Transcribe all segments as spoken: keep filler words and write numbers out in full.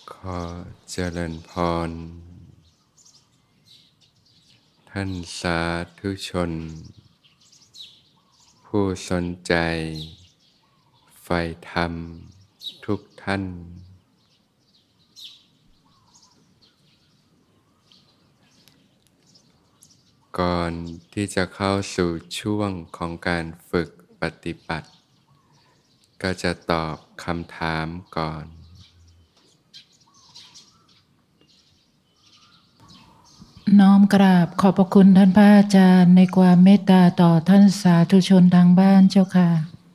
ขอเจริญพรท่านสาธุชนผู้สนใจใฝ่ธรรมทุกท่านก่อนที่จะเข้าสู่ช่วงของการฝึกปฏิบัติก็จะตอบคำถามก่อนน้อมกราบขอบพระคุณท่านพระอาจารย์ในความเมตตาต่อท่านสาธุชนทางบ้านเจ้าค่ะ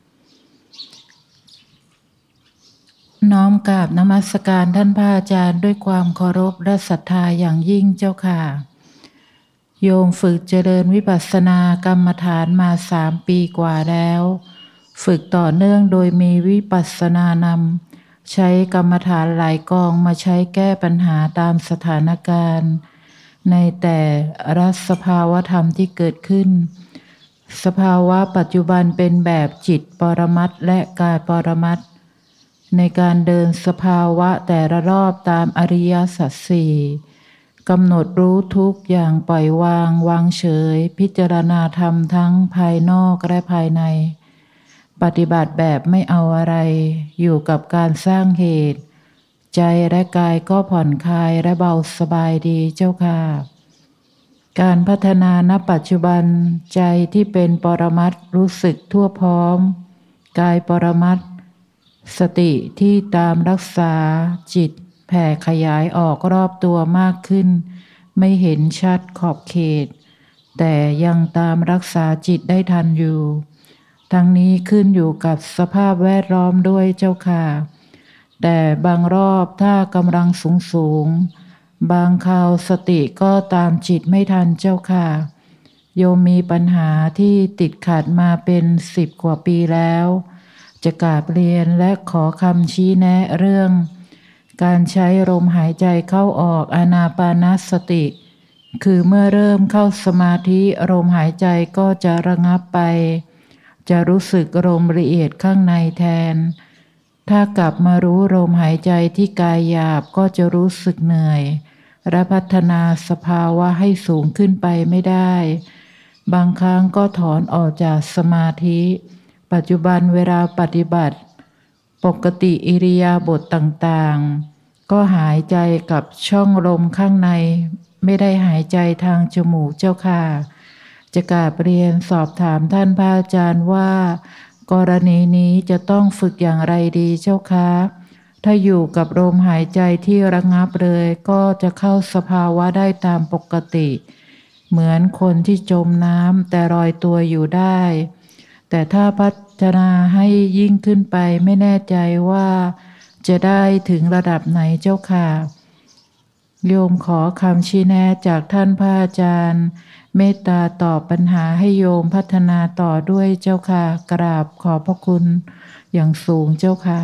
น้อมกราบนมัสการท่านพระอาจารย์ด้วยความเคารพและศรัทธาอย่างยิ่งเจ้าค่ะโยมฝึกเจริญวิปัสสนากรรมฐานมาสามปีกว่าแล้วฝึกต่อเนื่องโดยมีวิปัสสนานำใช้กรรมฐานหลายกองมาใช้แก้ปัญหาตามสถานการณ์ในแต่ละสภาวธรรมที่เกิดขึ้นสภาวะปัจจุบันเป็นแบบจิตปรมัตถ์และกายปรมัตถ์ในการเดินสภาวะแต่ละรอบตามอริยสัจสี่กำหนดรู้ทุกอย่างปล่อยวางวางเฉยพิจารณาธรรมทั้งภายนอกและภายในปฏิบัติแบบไม่เอาอะไรอยู่กับการสร้างเหตุใจและกายก็ผ่อนคลายและเบาสบายดีเจ้าค่ะการพัฒนาณปัจจุบันใจที่เป็นปรมัตถ์รู้สึกทั่วพร้อมกายปรมัตถ์สติที่ตามรักษาจิตแผ่ขยายออกรอบตัวมากขึ้นไม่เห็นชัดขอบเขตแต่ยังตามรักษาจิตได้ทันอยู่ทั้งนี้ขึ้นอยู่กับสภาพแวดล้อมด้วยเจ้าค่ะแต่บางรอบถ้ากำลังสูงสูงบางคราวสติก็ตามจิตไม่ทันเจ้าค่ะโยมมีปัญหาที่ติดขัดมาเป็นสิบกว่าปีแล้วจะกราบเรียนและขอคำชี้แนะเรื่องการใช้ลมหายใจเข้าออกอานาปานสติคือเมื่อเริ่มเข้าสมาธิลมหายใจก็จะระงับไปจะรู้สึกลมละเอียดข้างในแทนถ้ากลับมารู้ลมหายใจที่กายหยาบก็จะรู้สึกเหนื่อยและพัฒนาสภาวะให้สูงขึ้นไปไม่ได้บางครั้งก็ถอนออกจากสมาธิปัจจุบันเวลาปฏิบัติปกติอิริยาบถต่างๆก็หายใจกับช่องลมข้างในไม่ได้หายใจทางจมูกเจ้าค่ะจะกราบเรียนสอบถามท่านพระอาจารย์ว่ากรณีนี้จะต้องฝึกอย่างไรดีเจ้าคะถ้าอยู่กับลมหายใจที่ระงับเลยก็จะเข้าสภาวะได้ตามปกติเหมือนคนที่จมน้ำแต่ลอยตัวอยู่ได้แต่ถ้าพัฒนาให้ยิ่งขึ้นไปไม่แน่ใจว่าจะได้ถึงระดับไหนเจ้าค่ะโยมขอคำชี้แนะจากท่านพระอาจารย์เมตตาตอบปัญหาให้โยมพัฒนาต่อด้วยเจ้าค่ะกราบขอบพระคุณอย่างสูงเจ้าค่ะ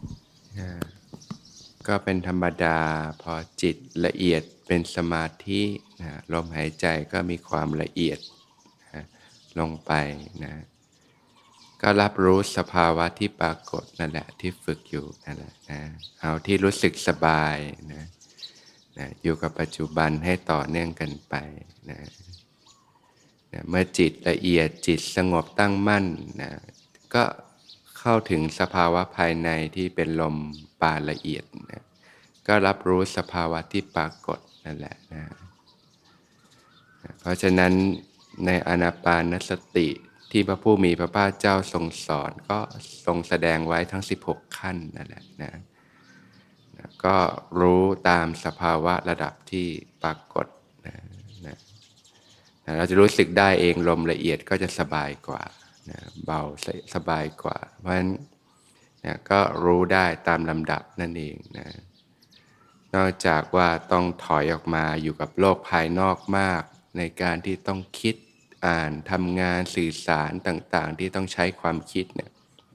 ก็เป็นธรรมดาพอจิตละเอียดเป็นสมาธินะลมหายใจก็มีความละเอียดนะลงไปนะก็รับรู้สภาวะที่ปรากฏนั่นแหละที่ฝึกอยู่นั่นแหละนะเอาที่รู้สึกสบายนะนะอยู่กับปัจจุบันให้ต่อเนื่องกันไปนะนะเมื่อจิตละเอียดจิตสงบตั้งมั่นนะก็เข้าถึงสภาวะภายในที่เป็นลมปราณละเอียดนะก็รับรู้สภาวะที่ปรากฏนั่นแหละนะเพราะฉะนั้นในอานาปานสติที่พระผู้มีพระภาคเจ้าทรงสอนก็ทรงแสดงไว้ทั้งสิบหกขั้นนั่นแหละนะนะก็รู้ตามสภาวะระดับที่ปรากฏนะนะนะเราจะรู้สึกได้เองลมละเอียดก็จะสบายกว่านะเบาสบายกว่าเพราะฉะนั้นนะก็รู้ได้ตามลำดับนั่นเองนะนอกจากว่าต้องถอยออกมาอยู่กับโลกภายนอกมากในการที่ต้องคิดอ่านทำงานสื่อสารต่างๆที่ต้องใช้ความคิดเนี่ย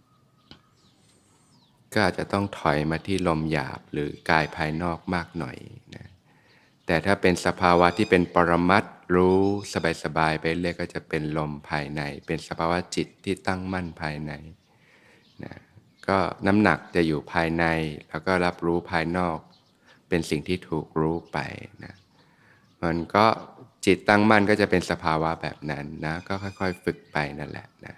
ก็อาจจะต้องถอยมาที่ลมหยาบหรือกายภายนอกมากหน่อยนะแต่ถ้าเป็นสภาวะที่เป็นปรมัตถ์รู้สบายๆไปเรื่อยก็จะเป็นลมภายในเป็นสภาวะจิตที่ตั้งมั่นภายในนะก็น้ำหนักจะอยู่ภายในแล้วก็รับรู้ภายนอกเป็นสิ่งที่ถูกรู้ไปนะมันก็จิตตั้งมั่นก็จะเป็นสภาวะแบบนั้นนะก็ค่อยๆฝึกไปนั่นแหละนะ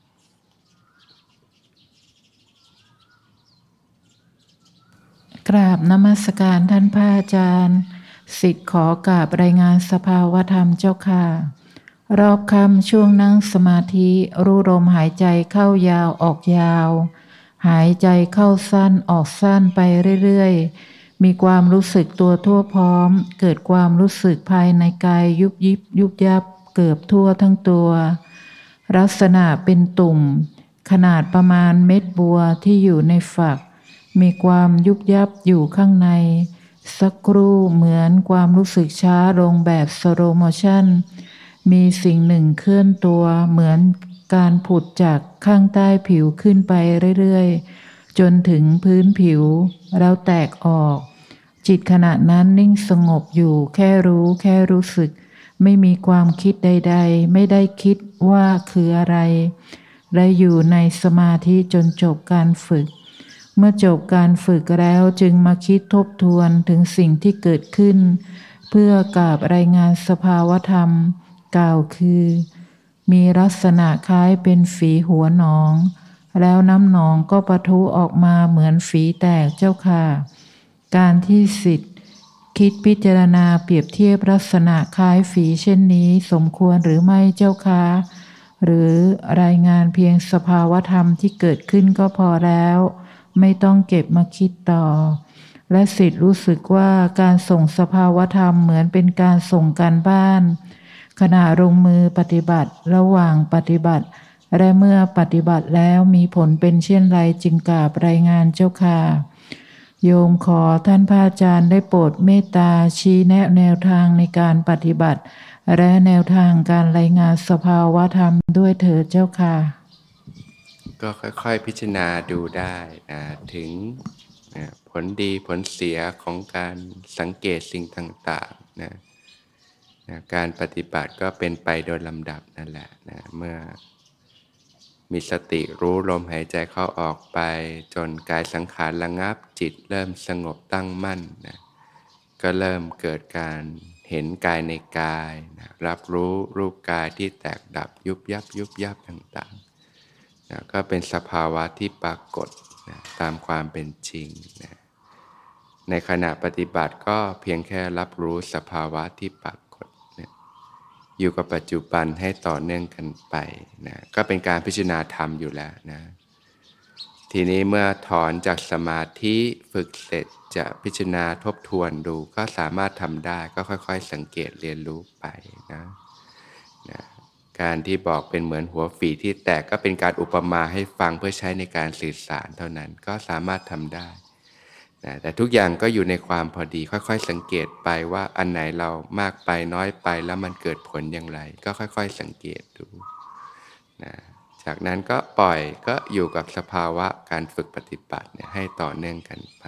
กราบนมัสการท่านพระอาจารย์ศิษย์ขอกราบรายงานสภาวธรรมเจ้าค่ะรอบค่ำช่วงนั่งสมาธิรู้ลมหายใจเข้ายาวออกยาวหายใจเข้าสั้นออกสั้นไปเรื่อยๆมีความรู้สึกตัวทั่วพร้อมเกิดความรู้สึกภายในกายยุบยิบยุบยับเกือบทั่วทั้งตัวลักษณะเป็นตุ่มขนาดประมาณเม็ดบัวที่อยู่ในฝักมีความยุบยับอยู่ข้างในสักครู่เหมือนความรู้สึกช้าลงแบบสโลโมชั่นมีสิ่งหนึ่งเคลื่อนตัวเหมือนการผุดจากข้างใต้ผิวขึ้นไปเรื่อยๆจนถึงพื้นผิวแล้วแตกออกจิตขณะนั้นนิ่งสงบอยู่แค่รู้แค่รู้สึกไม่มีความคิดใดๆไม่ได้คิดว่าคืออะไรและอยู่ในสมาธิจนจบการฝึกเมื่อจบการฝึกแล้วจึงมาคิดทบทวนถึงสิ่งที่เกิดขึ้นเพื่อกราบรายงานสภาวธรรมกล่าวคือมีลักษณะคล้ายเป็นฝีหัวหนองแล้วน้ำหนองก็ปะทุออกมาเหมือนฝีแตกเจ้าค่ะการที่ศิษย์คิดพิจารณาเปรียบเทียบลักษณะคล้ายฝีเช่นนี้สมควรหรือไม่เจ้าค่ะหรือรายงานเพียงสภาวธรรมที่เกิดขึ้นก็พอแล้วไม่ต้องเก็บมาคิดต่อและศิษย์รู้สึกว่าการส่งสภาวธรรมเหมือนเป็นการส่งการบ้านขณะลงมือปฏิบัติระหว่างปฏิบัติและเมื่อปฏิบัติแล้วมีผลเป็นเช่นไรจึงกราบรายงานเจ้าค่ะโยมขอท่านพระอาจารย์ได้โปรดเมตตาชี้แนะแนวทางในการปฏิบัติและแนวทางการรายงานสภาวธรรมด้วยเถิดเจ้าค่ะก็ค่อยๆพิจารณาดูได้นะถึงนะผลดีผลเสียของการสังเกตสิ่งต่างๆนะนะการปฏิบัติก็เป็นไปโดยลำดับนั่นแหละนะเมื่อมีสติรู้ลมหายใจเข้าออกไปจนกายสังขารระงับจิตเริ่มสงบตั้งมั่นนะก็เริ่มเกิดการเห็นกายในกายนะรับรู้รูปกายที่แตกดับยุบยับยุบยับต่างๆนะก็เป็นสภาวะที่ปรากฏนะตามความเป็นจริงนะในขณะปฏิบัติก็เพียงแค่รับรู้สภาวะที่ปรากฏนะอยู่กับปัจจุบันให้ต่อเนื่องกันไปนะก็เป็นการพิจารณาธรรมอยู่แล้วนะทีนี้เมื่อถอนจากสมาธิฝึกเสร็จจะพิจารณาทบทวนดูก็สามารถทำได้ก็ค่อยๆสังเกตเรียนรู้ไปนะนะการที่บอกเป็นเหมือนหัวฝีที่แตกก็เป็นการอุปมาให้ฟังเพื่อใช้ในการสื่อสารเท่านั้นก็สามารถทำได้นะแต่ทุกอย่างก็อยู่ในความพอดีค่อยๆสังเกตไปว่าอันไหนเรามากไปน้อยไปแล้วมันเกิดผลอย่างไรก็ค่อยๆสังเกตดูนะจากนั้นก็ปล่อยก็อยู่กับสภาวะการฝึกปฏิบัติเนี่ยให้ต่อเนื่องกันไป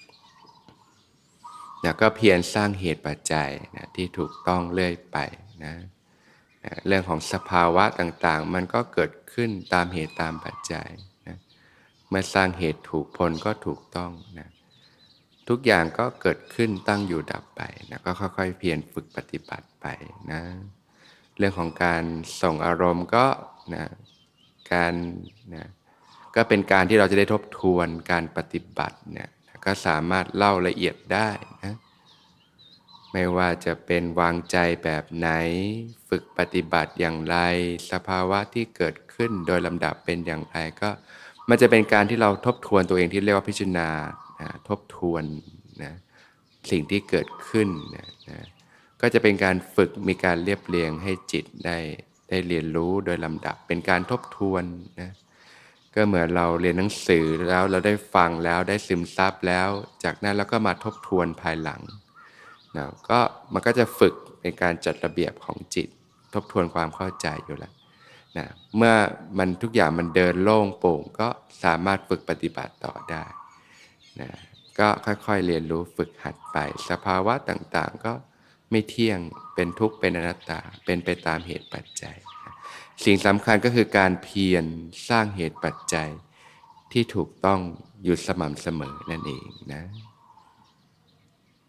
นะก็เพียรสร้างเหตุปัจจัยนะที่ถูกต้องเรื่อยไปนะนะเรื่องของสภาวะต่างๆมันก็เกิดขึ้นตามเหตุตามปัจจัยนะเมื่อสร้างเหตุถูกผลก็ถูกต้องนะทุกอย่างก็เกิดขึ้นตั้งอยู่ดับไปนะก็ค่อยๆเพียรฝึกปฏิบัติไปนะเรื่องของการส่งอารมณ์ก็นะการนะก็เป็นการที่เราจะได้ทบทวนการปฏิบัติเนี่ยก็สามารถเล่าละเอียดได้นะไม่ว่าจะเป็นวางใจแบบไหนฝึกปฏิบัติอย่างไรสภาวะที่เกิดขึ้นโดยลำดับเป็นอย่างไรก็มันจะเป็นการที่เราทบทวนตัวเองที่เรียกว่าพิจารณานะทบทวนนะสิ่งที่เกิดขึ้นนะนะก็จะเป็นการฝึกมีการเรียบเรียงให้จิตได้ได้เรียนรู้โดยลำดับเป็นการทบทวนนะก็เหมือนเราเรียนหนังสือแล้วเราได้ฟังแล้วได้ซึมซับแล้วจากนั้นเราก็มาทบทวนภายหลังนะก็มันก็จะฝึกเป็นการจัดระเบียบของจิตทบทวนความเข้าใจอยู่แล้วนะเมื่อมันทุกอย่างมันเดินโล่งโปร่งก็สามารถฝึกปฏิบัติต่อได้นะก็ค่อยๆเรียนรู้ฝึกหัดไปสภาวะต่างๆก็ไม่เที่ยงเป็นทุกข์เป็นอนัตตาเป็นไปตามเหตุปัจจัยสิ่งสำคัญก็คือการเพียรสร้างเหตุปัจจัยที่ถูกต้องอยู่สม่ำเสมอนั่นเองนะ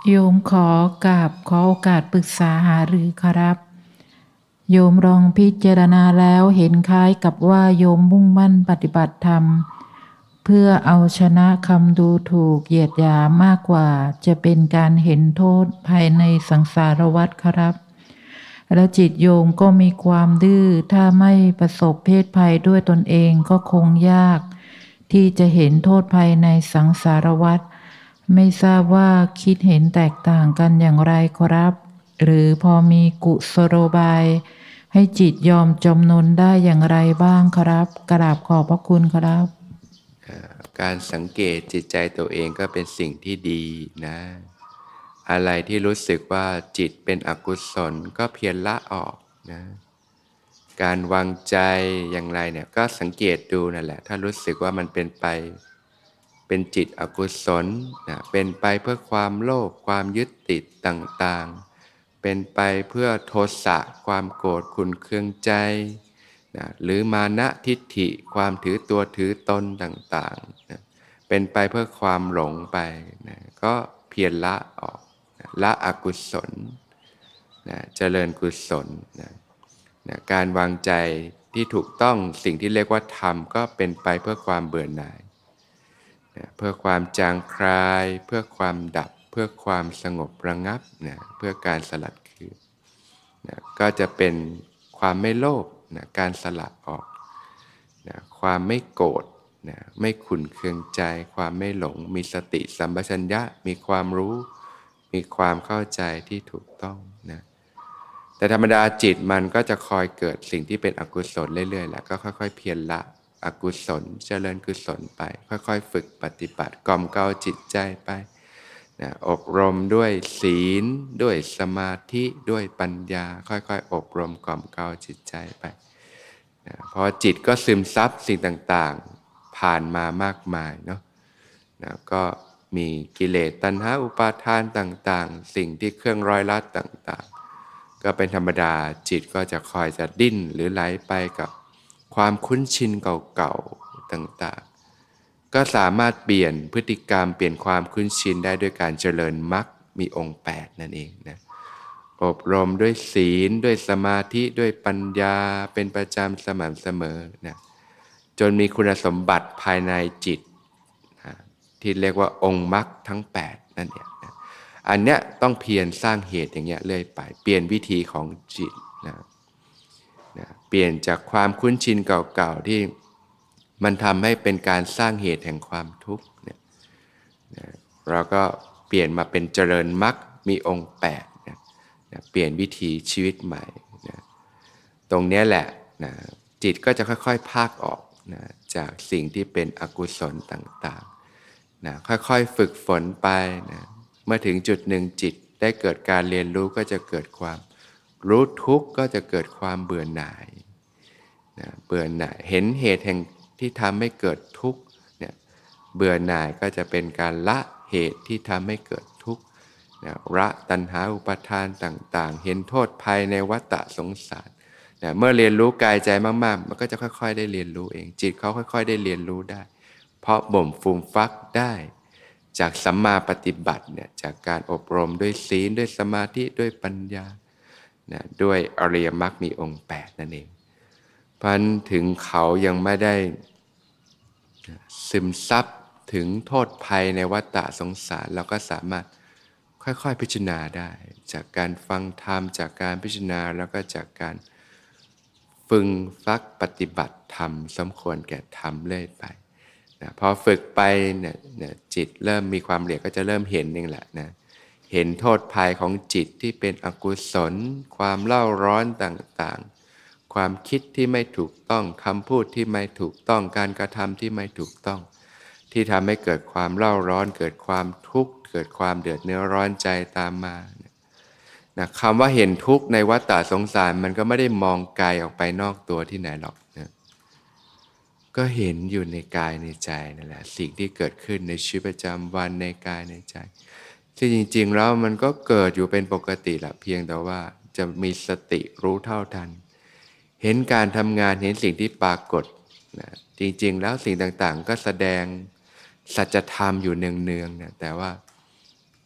โยมขอกราบขอโอกาสปรึกษาหารือครับโยมลองพิจารณาแล้วเห็นคล้ายกับว่าโยมมุ่งมั่นปฏิบัติธรรมเพื่อเอาชนะคำดูถูกเหยียดหยามมากกว่าจะเป็นการเห็นโทษภายในสังสารวัฏครับและจิตโยมก็มีความดื้อถ้าไม่ประสบเพศภัยด้วยตนเองก็คงยากที่จะเห็นโทษภัยในสังสารวัฏไม่ทราบว่าคิดเห็นแตกต่างกันอย่างไรครับหรือพอมีกุศโลบายให้จิตยอมจำนนได้อย่างไรบ้างครับกราบขอบพระคุณครับการสังเกตจิตใจตัวเองก็เป็นสิ่งที่ดีนะอะไรที่รู้สึกว่าจิตเป็นอกุศลก็เพียรละออกนะการวางใจอย่างไรเนี่ยก็สังเกตดูนั่นแหละถ้ารู้สึกว่ามันเป็นไปเป็นจิตอกุศลนะเป็นไปเพื่อความโลภความยึดติดต่างๆเป็นไปเพื่อโทสะความโกรธขุ่นเคืองใจนะหรือมานะทิฏฐิความถือตัวถือตนต่างๆนะเป็นไปเพื่อความหลงไปนะก็เพียรละออกนะละอกุศลนะเจริญกุศลนะนะการวางใจที่ถูกต้องสิ่งที่เรียกว่าธรรมก็เป็นไปเพื่อความเบื่อหน่ายนะเพื่อความจางคลายเพื่อความดับเพื่อความสงบระงับนะเพื่อการสลัดคืนนะก็จะเป็นความไม่โลภนะการสละออกนะความไม่โกรธนะไม่ขุ่นเคืองใจความไม่หลงมีสติสัมปชัญญะมีความรู้มีความเข้าใจที่ถูกต้องนะแต่ธรรมดาจิตมันก็จะคอยเกิดสิ่งที่เป็นอกุศลเรื่อยๆแหละก็ค่อยๆเพียรละอกุศลเจริญกุศลไปค่อยๆฝึกปฏิบัติกล่อมเกลาจิตใจไปนะอบรมด้วยศีลด้วยสมาธิด้วยปัญญาค่อยๆอบรมกล่อมเกลาจิตใจไปนะพอจิตก็ซึมซับสิ่งต่างๆผ่านมามากมายเนาะนะก็มีกิเลสตัณหาอุปาทานต่างๆสิ่งที่เครื่องร้อยลัดต่างๆก็เป็นธรรมดาจิตก็จะคอยจะดิ้นหรือไหลไปกับความคุ้นชินเก่าๆต่างๆก็สามารถเปลี่ยนพฤติกรรมเปลี่ยนความคุ้นชินได้ด้วยการเจริญมรรคมีองค์แปดนั่นเองนะอบรมด้วยศีลด้วยสมาธิด้วยปัญญาเป็นประจำสม่ำเสมอนะจนมีคุณสมบัติภายในจิตนะที่เรียกว่าองค์มรรคทั้งแปดนั่นเองนะอันเนี้ยต้องเพียรสร้างเหตุอย่างเงี้ยเรื่อยไปเปลี่ยนวิธีของจิตนะนะเปลี่ยนจากความคุ้นชินเก่าๆที่มันทำให้เป็นการสร้างเหตุแห่งความทุกข์เนี่ยนะเราก็เปลี่ยนมาเป็นเจริญมรรคมีองค์แปดนะนะเปลี่ยนวิธีชีวิตใหม่นะตรงนี้แหละนะจิตก็จะค่อยๆพากออกนะจากสิ่งที่เป็นอกุศลต่างๆนะค่อยๆฝึกฝนไปนะเมื่อถึงจุดหนึ่งจิตได้เกิดการเรียนรู้ก็จะเกิดความรู้ทุกข์ก็จะเกิดความเบื่อหน่ายนะเบื่อหน่ายเห็นเหตุแห่งที่ทำให้เกิดทุกข์เนี่ยเบื่อหน่ายก็จะเป็นการละเหตุที่ทำให้เกิดทุกข์นะละตัณหาอุปาทานต่างๆเห็นโทษภัยในวัฏฏะสงสารนะเมื่อเรียนรู้กายใจมากๆมันก็จะค่อยๆได้เรียนรู้เองจิตเขาค่อยๆได้เรียนรู้ได้เพราะบ่มฟูมฟักได้จากสัมมาปฏิบัติเนี่ยจากการอบรมด้วยศีลด้วยสมาธิด้วยปัญญานะด้วยอริยมรรคมีองค์แปดนั่นเองเพราะฉะนั้นถึงเขายังไม่ได้ซึมซับถึงโทษภัยในวัฏฏะสงสารเราก็สามารถค่อยๆพิจารณาได้จากการฟังธรรมจากการพิจารณาแล้วก็จากการฝึกฟักปฏิบัติธรรมสมควรแก่ธรรมเรื่อยไปนะพอฝึกไปเนี่ยเนี่ยจิตเริ่มมีความละเอียดก็จะเริ่มเห็นเองแหละนะเห็นโทษภัยของจิตที่เป็นอกุศลความเล่าร้อนต่างๆความคิดที่ไม่ถูกต้องคำพูดที่ไม่ถูกต้องการกระทำที่ไม่ถูกต้องที่ทำให้เกิดความเล่าร้อนเกิดความทุกข์เกิดความเดือดเนื้อร้อนใจตามมานะคำว่าเห็นทุกข์ในวัฏฏะสงสารมันก็ไม่ได้มองไกลออกไปนอกตัวที่ไหนหรอกนะก็เห็นอยู่ในกายในใจนั่นแหละสิ่งที่เกิดขึ้นในชีวิตประจำวันในกายในใจที่จริงๆแล้วมันก็เกิดอยู่เป็นปกติแหละเพียงแต่ว่าจะมีสติรู้เท่าทันเห็นการทำงานเห็นสิ่งที่ปรากฏนะจริงๆแล้วสิ่งต่างๆก็แสดงสัจธรรมอยู่เนืองๆนะแต่ว่า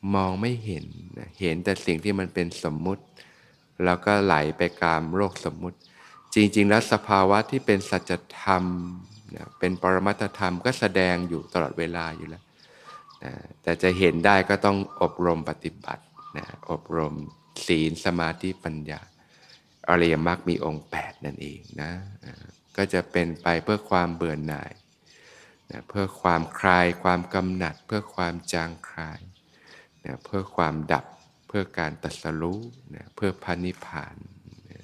มองไม่เห็นนะเห็นแต่สิ่งที่มันเป็นสมมุติแล้วก็ไหลไปกามโลกสมมุติจริงๆแล้วสภาวะที่เป็นสัจธรรมนะเป็นปรมัตถธรรมก็แสดงอยู่ตลอดเวลาอยู่แล้วนะแต่จะเห็นได้ก็ต้องอบรมปฏิบัตินะอบรมศีลสมาธิปัญญาอริยมรรคมีองค์แปดนั่นเองนะก็จะเป็นไปเพื่อความเบื่อหน่ายนะเพื่อความคลายความกำหนัดเพื่อความจางคลายนะเพื่อความดับเพื่อการตรัสรู้นะเพื่อพระนิพพานนะ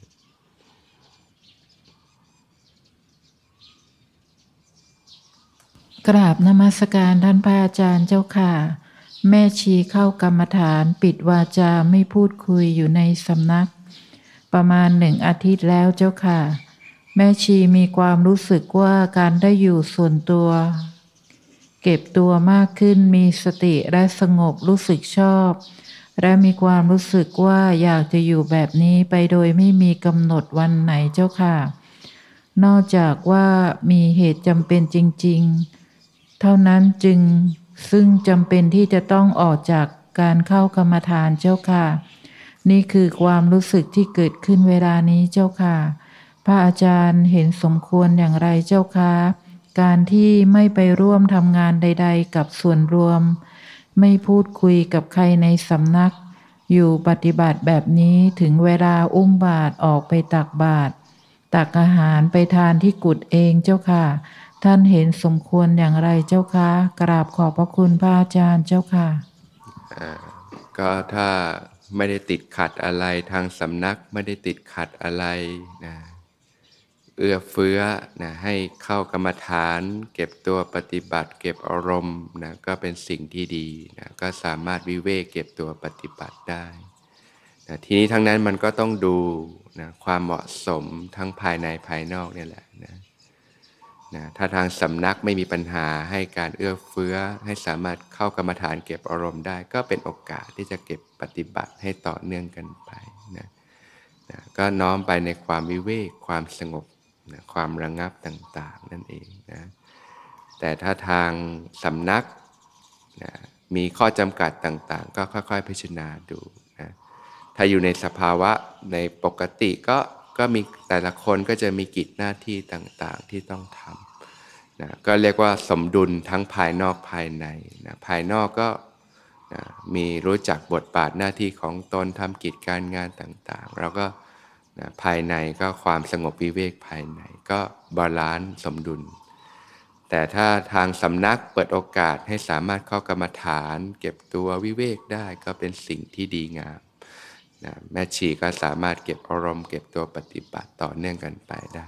กราบนมัสการท่านพระอาจารย์เจ้าค่ะแม่ชีเข้ากรรมฐานปิดวาจาไม่พูดคุยอยู่ในสำนักประมาณหนึ่งอาทิตย์แล้วเจ้าค่ะแม่ชีมีความรู้สึกว่าการได้อยู่ส่วนตัวเก็บตัวมากขึ้นมีสติและสงบรู้สึกชอบและมีความรู้สึกว่าอยากจะอยู่แบบนี้ไปโดยไม่มีกำหนดวันไหนเจ้าค่ะนอกจากว่ามีเหตุจำเป็นจริงๆเท่านั้นจึงซึ่งจำเป็นที่จะต้องออกจากการเข้ากรรมฐานเจ้าค่ะนี่คือความรู้สึกที่เกิดขึ้นเวลานี้เจ้าค่ะพระอาจารย์เห็นสมควรอย่างไรเจ้าคะการที่ไม่ไปร่วมทำงานใดๆกับส่วนรวมไม่พูดคุยกับใครในสำนักอยู่ปฏิบัติแบบนี้ถึงเวลาอุ้มบาตรออกไปตักบาตรตักอาหารไปทานที่กุฏเองเจ้าค่ะท่านเห็นสมควรอย่างไรเจ้าคะกราบขอบพระคุณพระอาจารย์เจ้าค่ะก็ถ้าไม่ได้ติดขัดอะไรทางสำนักไม่ได้ติดขัดอะไรนะเอื้อเฟื้อนะให้เข้ากรรมฐานเก็บตัวปฏิบัติเก็บอารมณ์นะก็เป็นสิ่งที่ดีนะก็สามารถวิเวกเก็บตัวปฏิบัติได้นะทีนี้ทั้งนั้นมันก็ต้องดูนะความเหมาะสมทั้งภายในภายนอกนี่แหละนะนะถ้าทางสำนักไม่มีปัญหาให้การเอื้อเฟื้อให้สามารถเข้ากรรมฐานเก็บอารมณ์ได้ก็เป็นโอกาสที่จะเก็บปฏิบัติให้ต่อเนื่องกันไปนะนะก็น้อมไปในความวิเวกความสงบนะความระงับต่างๆนั่นเองนะแต่ถ้าทางสำนักนะมีข้อจำกัดต่างๆก็ค่อยๆพิจารณาดูนะถ้าอยู่ในสภาวะในปกติก็ก็มีแต่ละคนก็จะมีกิจหน้าที่ต่างๆที่ต้องทำนะก็เรียกว่าสมดุลทั้งภายนอกภายในนะภายนอกก็นะมีรู้จักบทบาทหน้าที่ของตนทำกิจการงานต่างๆเราก็นะภายในก็ความสงบวิเวกภายในก็บาลานซ์สมดุลแต่ถ้าทางสำนักเปิดโอกาสให้สามารถเข้ากรรมฐานเก็บตัววิเวกได้ก็เป็นสิ่งที่ดีงามนะแม่ชีก็สามารถเก็บอารมณ์เก็บตัวปฏิบัติต่อเนื่องกันไปได้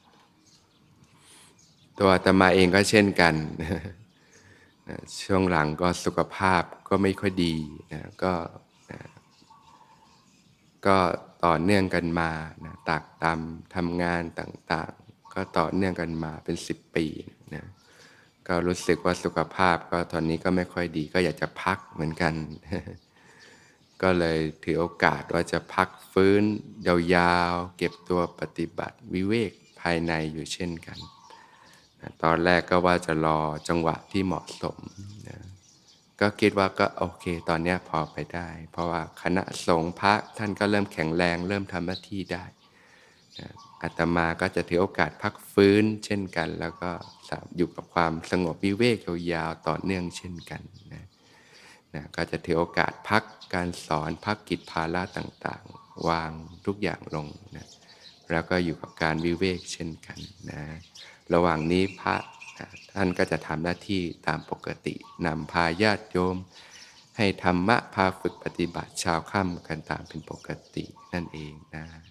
ตัวอาตมาเองก็เช่นกันนะช่วงหลังก็สุขภาพก็ไม่ค่อยดีนะก็นะก็ต่อเนื่องกันมานะตักตำทำงานต่างๆก็ต่อเนื่องกันมาเป็นสิบปีนะก็รู้สึกว่าสุขภาพก็ตอนนี้ก็ไม่ค่อยดีก็อยากจะพักเหมือนกันก็เลยถือโอกาสว่าจะพักฟื้นยาวๆเก็บตัวปฏิบัติวิเวกภายในอยู่เช่นกันนะตอนแรกก็ว่าจะรอจังหวะที่เหมาะสมนะก็คิดว่าก็โอเคตอนนี้พอไปได้เพราะว่าคณะสงฆ์พระท่านก็เริ่มแข็งแรงเริ่มทำหน้าที่ได้นะอาตมาก็จะถือโอกาสพักฟื้นเช่นกันแล้วก็อยู่กับความสงบวิเวกยาวๆต่อเนื่องเช่นกันนะนะก็จะถือโอกาสพักการสอนพักกิจภาระต่างๆวางทุกอย่างลงนะแล้วก็อยู่กับการวิเวกเช่นกันนะระหว่างนี้พระนะท่านก็จะทำหน้าที่ตามปกตินำพาญาติโยมให้ธรรมะพาฝึกปฏิบัติชาวค่ำกันตามเป็นปกตินั่นเองนะ